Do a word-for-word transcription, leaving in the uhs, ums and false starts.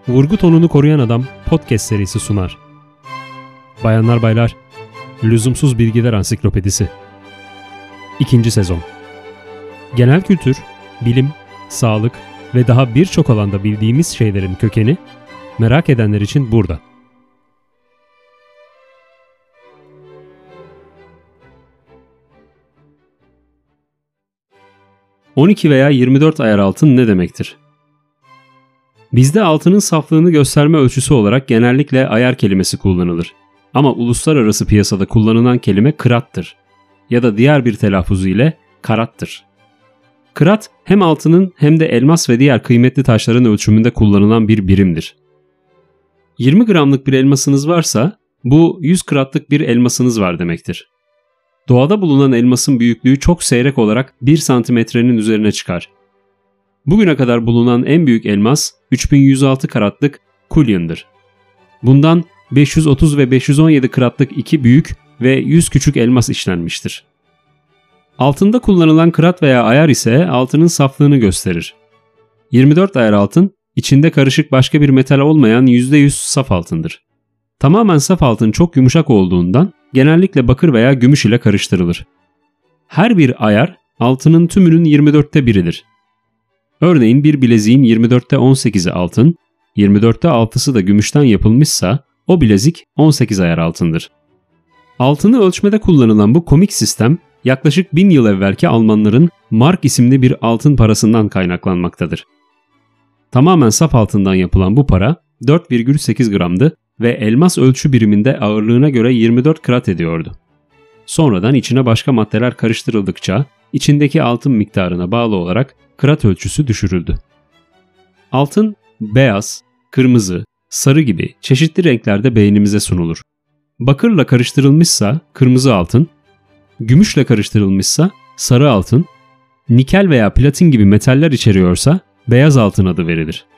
Vurgu tonunu koruyan adam podcast serisi sunar. Bayanlar baylar, Lüzumsuz Bilgiler Ansiklopedisi. İkinci sezon. Genel kültür, bilim, sağlık ve daha birçok alanda bildiğimiz şeylerin kökeni, merak edenler için burada. on iki veya yirmi dört ayar altın ne demektir? Bizde altının saflığını gösterme ölçüsü olarak genellikle ayar kelimesi kullanılır. Ama uluslararası piyasada kullanılan kelime kırattır. Ya da diğer bir telaffuzu ile karattır. Kırat hem altının hem de elmas ve diğer kıymetli taşların ölçümünde kullanılan bir birimdir. yirmi gramlık bir elmasınız varsa bu yüz kıratlık bir elmasınız var demektir. Doğada bulunan elmasın büyüklüğü çok seyrek olarak bir santimetrenin üzerine çıkar. Bugüne kadar bulunan en büyük elmas üç bin yüz altı karatlık Cullion'dır. Bundan beş yüz otuz ve beş yüz on yedi karatlık iki büyük ve yüz küçük elmas işlenmiştir. Altında kullanılan kırat veya ayar ise altının saflığını gösterir. yirmi dört ayar altın, içinde karışık başka bir metal olmayan yüzde yüz saf altındır. Tamamen saf altın çok yumuşak olduğundan genellikle bakır veya gümüş ile karıştırılır. Her bir ayar altının tümünün yirmi dörtte biridir. Örneğin bir bileziğin yirmi dörtte on sekizi altın, yirmi dörtte altısı da gümüşten yapılmışsa o bilezik on sekiz ayar altındır. Altını ölçmede kullanılan bu komik sistem yaklaşık bin yıl evvelki Almanların mark isimli bir altın parasından kaynaklanmaktadır. Tamamen saf altından yapılan bu para dört virgül sekiz gramdı ve elmas ölçü biriminde ağırlığına göre yirmi dört krat ediyordu. Sonradan içine başka maddeler karıştırıldıkça içindeki altın miktarına bağlı olarak krat ölçüsü düşürüldü. Altın beyaz, kırmızı, sarı gibi çeşitli renklerde beynimize sunulur. Bakırla karıştırılmışsa kırmızı altın, gümüşle karıştırılmışsa sarı altın, nikel veya platin gibi metaller içeriyorsa beyaz altın adı verilir.